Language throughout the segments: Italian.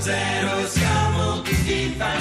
106.0 siamo tutti fan.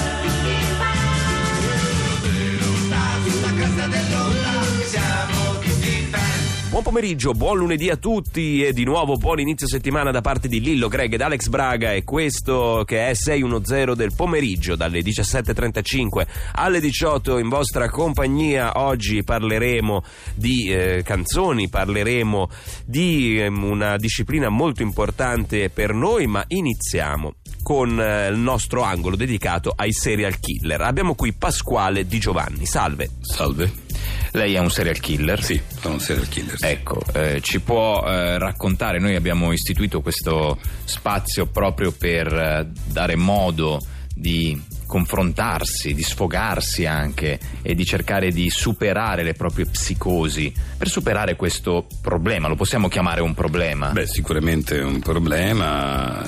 Sulla cresta dell'onda siamo tutti fan. Buon pomeriggio, buon lunedì a tutti e di nuovo buon inizio settimana da parte di Lillo, Greg ed Alex Braga, e questo che è 610 del pomeriggio dalle 17.35 alle 18 in vostra compagnia. Oggi parleremo di canzoni, parleremo di una disciplina molto importante per noi, ma iniziamo con il nostro angolo dedicato ai serial killer. Abbiamo qui Pasquale Di Giovanni. Salve. Salve. Lei è un serial killer? Sì, sono un serial killer. Sì. Ecco, ci può raccontare, noi abbiamo istituito questo spazio proprio per dare modo di confrontarsi, di sfogarsi anche e di cercare di superare le proprie psicosi, per superare questo problema. Lo possiamo chiamare un problema? Beh, sicuramente è un problema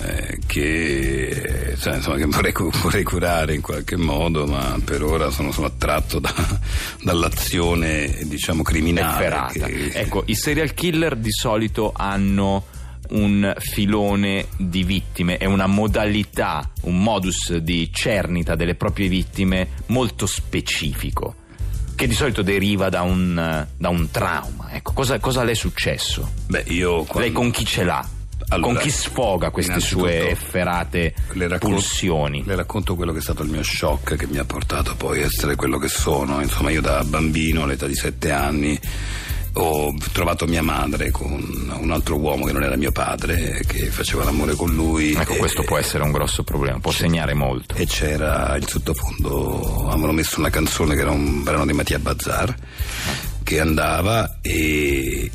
che vorrei curare in qualche modo, ma per ora sono attratto dall'azione, diciamo, criminale. Efferata. Ecco, i serial killer di solito hanno un filone di vittime, è una modalità, un modus di cernita delle proprie vittime molto specifico, che di solito deriva da un trauma. Ecco, cosa le è successo? Beh, lei con chi ce l'ha? Allora, con chi sfoga queste sue efferate pulsioni? Le racconto quello che è stato il mio shock, che mi ha portato poi a essere quello che sono. Insomma, io da bambino, all'età di 7 anni, ho trovato mia madre con un altro uomo che non era mio padre, che faceva l'amore con lui. Ecco, questo può essere un grosso problema, può segnare molto. E c'era il sottofondo, avevano messo una canzone che era un brano di Mattia Bazzar, che andava e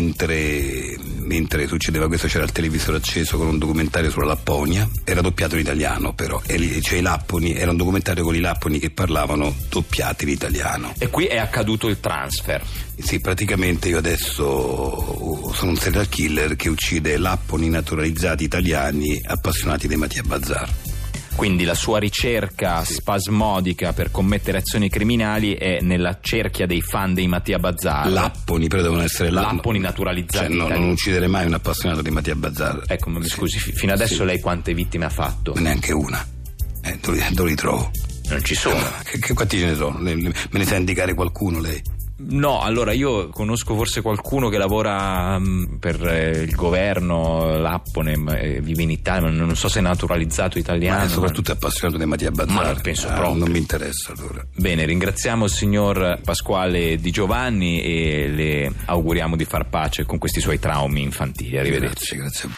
mentre succedeva questo c'era il televisore acceso con un documentario sulla Lapponia, era doppiato in italiano però, cioè i lapponi, era un documentario con i lapponi che parlavano doppiati in italiano. E qui è accaduto il transfer. Sì, praticamente io adesso sono un serial killer che uccide lapponi naturalizzati italiani appassionati dei Mattia Bazzar. Quindi la sua ricerca spasmodica per commettere azioni criminali è nella cerchia dei fan dei Mattia Bazzar. Lapponi, però devono essere lapponi naturalizzati. Cioè, non uccidere mai un appassionato di Mattia Bazzar. Ecco, mi scusi, fino adesso lei quante vittime ha fatto? Neanche una. Dove li trovo? Non ci sono. Quanti ce ne sono? Me ne sa indicare qualcuno lei? No, allora io conosco forse qualcuno che lavora per il governo, Lappone, vive in Italia, ma non so se è naturalizzato italiano. Ma soprattutto è appassionato di Mattia Bazzar. Ma penso proprio. Non mi interessa allora. Bene, ringraziamo il signor Pasquale Di Giovanni e le auguriamo di far pace con questi suoi traumi infantili. Arrivederci. Grazie.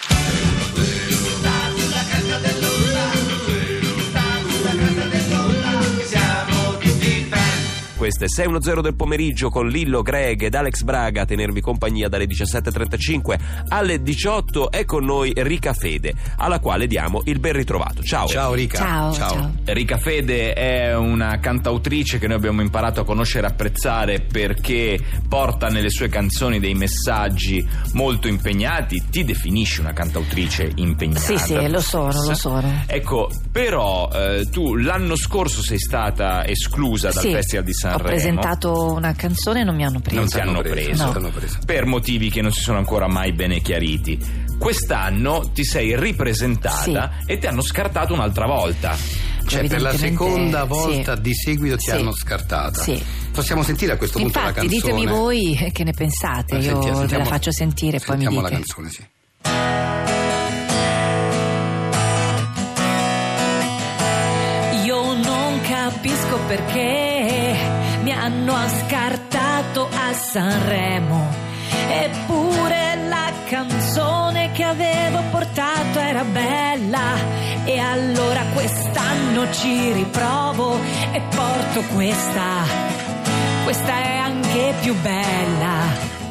Questo è 610 del pomeriggio con Lillo, Greg ed Alex Braga a tenervi compagnia dalle 17.35 alle 18. È con noi Rica Fede, alla quale diamo il ben ritrovato. Ciao. Ciao Rica. Ciao. Rica Fede è una cantautrice che noi abbiamo imparato a conoscere e apprezzare perché porta nelle sue canzoni dei messaggi molto impegnati. Ti definisci una cantautrice impegnata? Sì, lo sono. Ecco, però tu l'anno scorso sei stata esclusa dal Festival di Sanremo. Ho presentato una canzone e non mi hanno preso. Non ti hanno preso. No. Per motivi che non si sono ancora mai bene chiariti. Quest'anno ti sei ripresentata e ti hanno scartato un'altra volta. Cioè, per la seconda volta di seguito ti hanno scartata. Sì. Possiamo sentire a questo punto la canzone? Infatti, ditemi voi che ne pensate. Io ve la faccio sentire e poi mi dite. Sentiamo la canzone, sì. Io non capisco perché mi hanno scartato a Sanremo, eppure la canzone che avevo portato era bella, e allora quest'anno ci riprovo e porto questa è anche più bella,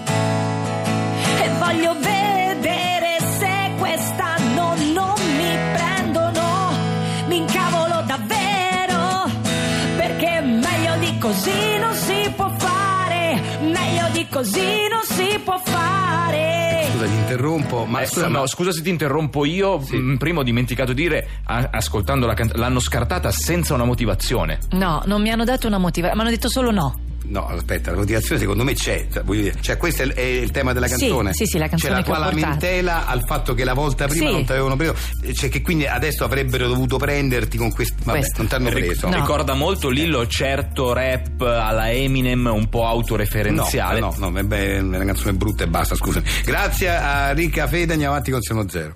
e voglio vedere se quest'anno non mi prendono, mi incavolo davvero, perché meglio di così non si può fare, meglio di così non si può fare. Scusa, ti interrompo, ma scusa se ti interrompo io. Sì. Prima ho dimenticato di dire, ascoltando l'hanno scartata senza una motivazione. No, non mi hanno dato una motivazione, mi hanno detto solo no. No, aspetta, la motivazione secondo me c'è, voglio dire, cioè questo è il tema della canzone. Sì, la canzone. C'è la tua lamentela al fatto che la volta prima non ti avevano preso, cioè che quindi adesso avrebbero dovuto prenderti con questo. Vabbè, non ti hanno preso. No. Ricorda molto Lillo certo rap alla Eminem un po' autoreferenziale. No, è una canzone brutta e basta, scusami. Grazie a Ricca Fede, andiamo avanti con 610.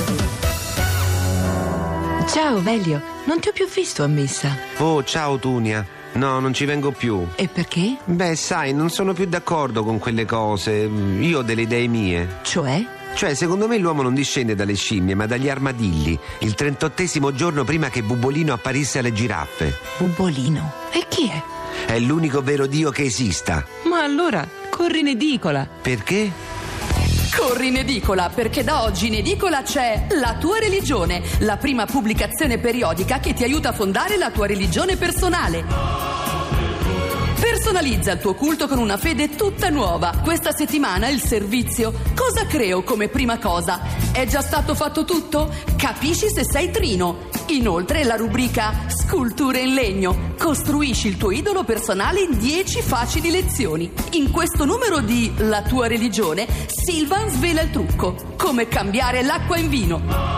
Ciao Velio, non ti ho più visto a messa. Oh, ciao Tunia. No, non ci vengo più. E perché? Beh, sai, non sono più d'accordo con quelle cose. Io ho delle idee mie. Cioè, secondo me l'uomo non discende dalle scimmie, ma dagli armadilli. Il 38° giorno prima che Bubolino apparisse alle giraffe. Bubolino? E chi è? È l'unico vero Dio che esista. Ma allora, corri in edicola. Perché? Corri in edicola, perché da oggi in edicola c'è La tua religione, la prima pubblicazione periodica che ti aiuta a fondare la tua religione personale. Personalizza il tuo culto con una fede tutta nuova. Questa settimana il servizio Cosa creo come prima cosa? È già stato fatto tutto? Capisci se sei trino. Inoltre la rubrica Sculture in legno. Costruisci il tuo idolo personale in 10 facili lezioni. In questo numero di La tua religione, Silvan svela il trucco: come cambiare l'acqua in vino.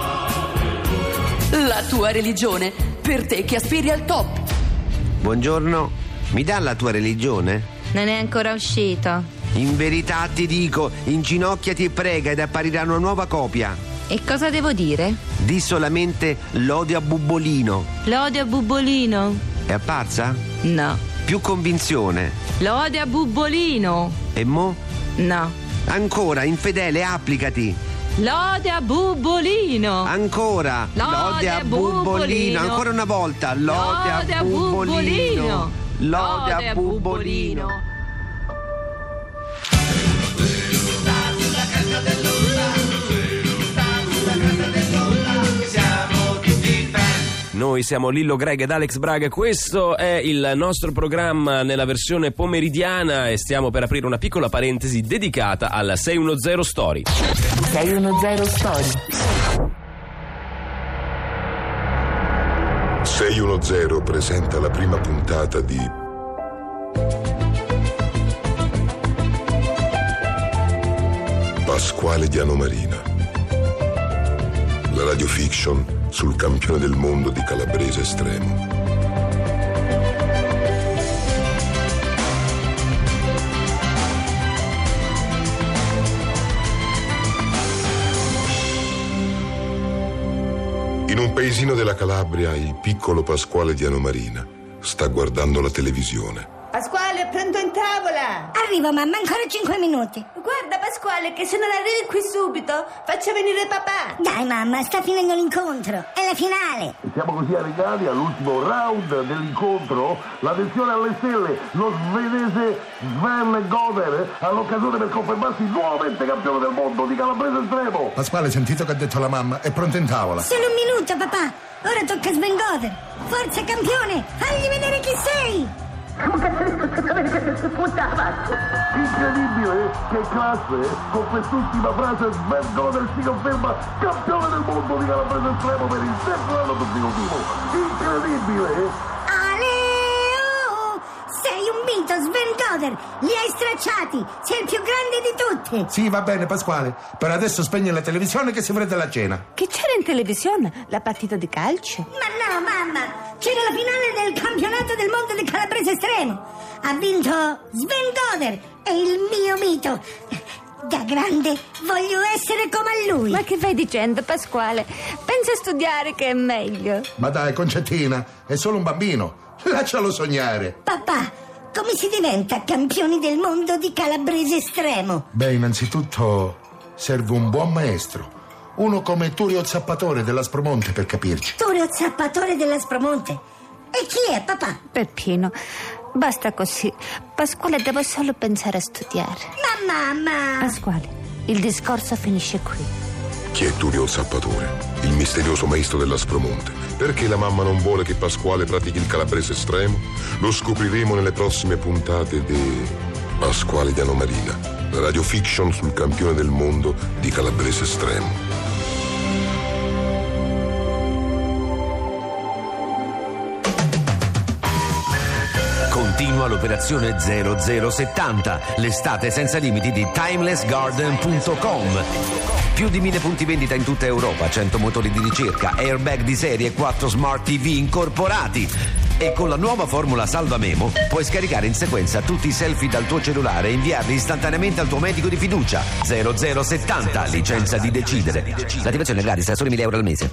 La tua religione, per te che aspiri al top. Buongiorno. Mi dà la tua religione? Non è ancora uscito. In verità ti dico, inginocchiati e prega ed apparirà una nuova copia. E cosa devo dire? Di solamente l'odio a Bubolino. L'odio a Bubolino? È apparsa? No. Più convinzione. L'odio a Bubolino? E mo? No. Ancora, infedele, applicati. L'odio a Bubolino. Ancora. L'odio a Bubolino. Ancora una volta. L'odio a Bubolino. Lode a Bubolino. Noi siamo Lillo Greg ed Alex Braga. Questo è il nostro programma nella versione pomeridiana e stiamo per aprire una piccola parentesi dedicata alla 610 Story. 610 Story. 610 presenta la prima puntata di Pasquale Diano Marina, la radiofiction sul campione del mondo di Calabrese Estremo. In un paesino della Calabria, il piccolo Pasquale Diano Marina sta guardando la televisione. Pasquale, pronto in tavola! Arrivo, mamma, ancora 5 minuti. Guarda, Pasquale, che se non arrivi qui subito, faccio venire papà. Dai, mamma, sta finendo l'incontro. È la finale. E siamo così arrivati all'ultimo round dell'incontro. L'attenzione alle stelle, lo svedese Sven Goder ha l'occasione per confermarsi nuovamente campione del mondo di Calabrese Estremo. Pasquale, sentito che ha detto la mamma? È pronto in tavola. Solo un minuto, papà. Ora tocca a Sven Goder. Forza, campione, fagli vedere chi sei. Incredibile, che classe! Con quest'ultima frase Sven Goder si conferma campione del mondo di Calabrese Estremo per il terzo anno consecutivo. Incredibile! Sei un mito, Sven Goder! Li hai stracciati! Sei il più grande di tutti! Sì, va bene, Pasquale. Per adesso spegni la televisione che si vedrà la cena. Che c'era in televisione? La partita di calcio? Ma no, mamma! C'era la finale del campionato del mondo di Calabrese Estremo! Ha vinto Sven Goder! È il mio mito! Da grande voglio essere come a lui! Ma che vai dicendo, Pasquale? Pensa a studiare che è meglio. Ma dai, Concettina, è solo un bambino. Lascialo sognare. Papà, come si diventa campioni del mondo di Calabrese Estremo? Beh, innanzitutto serve un buon maestro. Uno come Turio Zappatore dell'Aspromonte, per capirci. Turio Zappatore dell'Aspromonte? E chi è, papà? Peppino, basta così. Pasquale deve solo pensare a studiare. Ma mamma! Pasquale, il discorso finisce qui. Chi è Turio Zappatore? Il misterioso maestro dell'Aspromonte. Perché la mamma non vuole che Pasquale pratichi il Calabrese Estremo? Lo scopriremo nelle prossime puntate di Pasquale Diano Marina, la radiofiction sul campione del mondo di Calabrese Estremo. Continua l'operazione 0070, l'estate senza limiti di timelessgarden.com. Più di 1000 punti vendita in tutta Europa, 100 motori di ricerca, airbag di serie e 4 smart TV incorporati. E con la nuova formula Salva Memo puoi scaricare in sequenza tutti i selfie dal tuo cellulare e inviarli istantaneamente al tuo medico di fiducia. 0070, licenza di decidere. L'attivazione è gratis, a solo 1.000 euro al mese.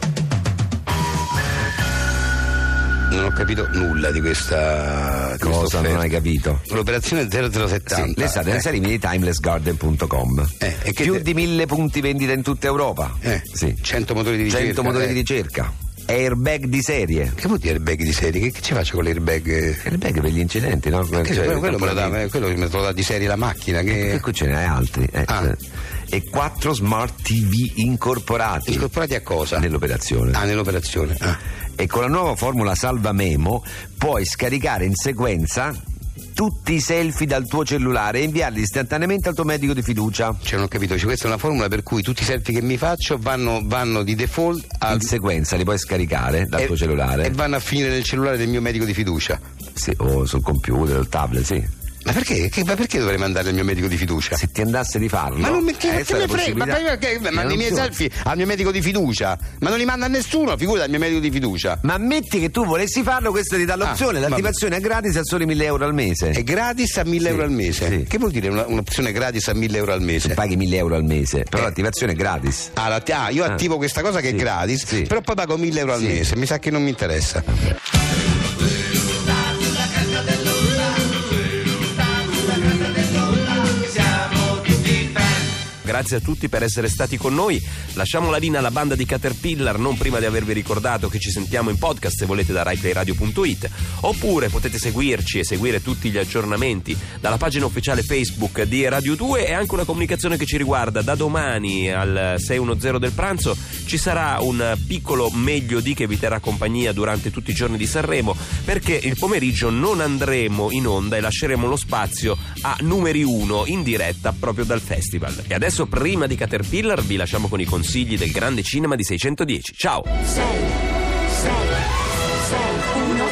Non ho capito nulla di questa cosa. Non hai capito? L'operazione 0070. Sì, l'estate senza limiti di timelessgarden.com. Più di 1000 punti vendita in tutta Europa. Sì. 100 motori di ricerca. 100 motori di ricerca. Airbag di serie. Che vuol dire airbag di serie? Che ci faccio con l'airbag? Airbag per gli incidenti, no? Quello me lo dà di serie la macchina. Che ce n'è altri? E 4 smart TV incorporati. Incorporati a cosa? Nell'operazione. Nell'operazione. E con la nuova formula Salva Memo puoi scaricare in sequenza tutti i selfie dal tuo cellulare e inviarli istantaneamente al tuo medico di fiducia. Cioè, non ho capito, questa è una formula per cui tutti i selfie che mi faccio vanno di default in sequenza, li puoi scaricare dal tuo cellulare e vanno a finire nel cellulare del mio medico di fiducia. Sì, o sul computer, il tablet, sì. Ma perché? Ma perché dovrei mandare al mio medico di fiducia? Se ti andasse di farlo. Ma non mi frega, ma mandi i miei selfie al mio medico di fiducia? Ma non li manda a nessuno, figurati al mio medico di fiducia. Ma ammetti che tu volessi farlo, questo ti dà l'opzione, l'attivazione è gratis a soli 1.000 euro al mese. È gratis a 1.000 euro al mese? Sì. Che vuol dire un'opzione gratis a 1.000 euro al mese? Tu paghi 1.000 euro al mese, però l'attivazione è gratis. Io attivo questa cosa che è gratis, però poi pago 1.000 euro al mese, mi sa che non mi interessa. Grazie a tutti per essere stati con noi. Lasciamo la linea alla banda di Caterpillar, non prima di avervi ricordato che ci sentiamo in podcast se volete da RaiPlayRadio.it, oppure potete seguirci e seguire tutti gli aggiornamenti dalla pagina ufficiale Facebook di Radio 2 e anche una comunicazione che ci riguarda. Da domani al 610 del pranzo ci sarà un piccolo meglio di che vi terrà compagnia durante tutti i giorni di Sanremo, perché il pomeriggio non andremo in onda e lasceremo lo spazio a numeri 1 in diretta proprio dal festival. E adesso, prima di Caterpillar, vi lasciamo con i consigli del grande cinema di 610. Ciao! 6, 6, 6, 1,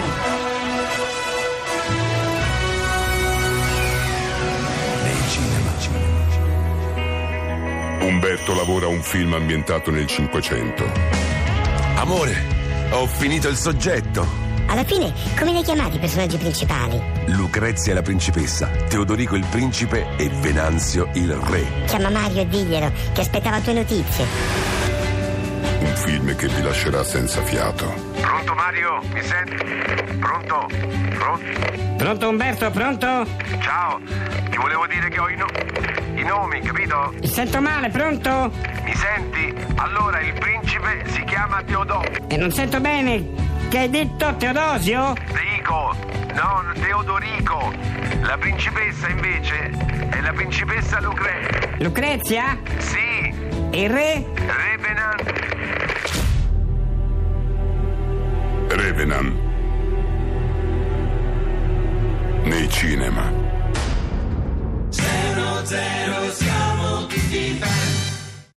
0. Umberto lavora a un film ambientato nel 500. Amore, ho finito il soggetto. Alla fine, come li hai chiamati i personaggi principali? Lucrezia la principessa, Teodorico il principe e Venanzio il re. Chiama Mario e diglielo che aspettava tue notizie. Un film che vi lascerà senza fiato. Pronto Mario? Mi senti? Pronto? Pronto Umberto, pronto? Ciao, ti volevo dire che ho i nomi, capito? Mi sento male, pronto? Mi senti? Allora il principe si chiama Teodoro. E non sento bene. Che hai detto, Teodosio? Teodorico. La principessa invece è la principessa Lucrezia. Lucrezia? Sì. E il re? Revenant. Revenant. Nei cinema. 00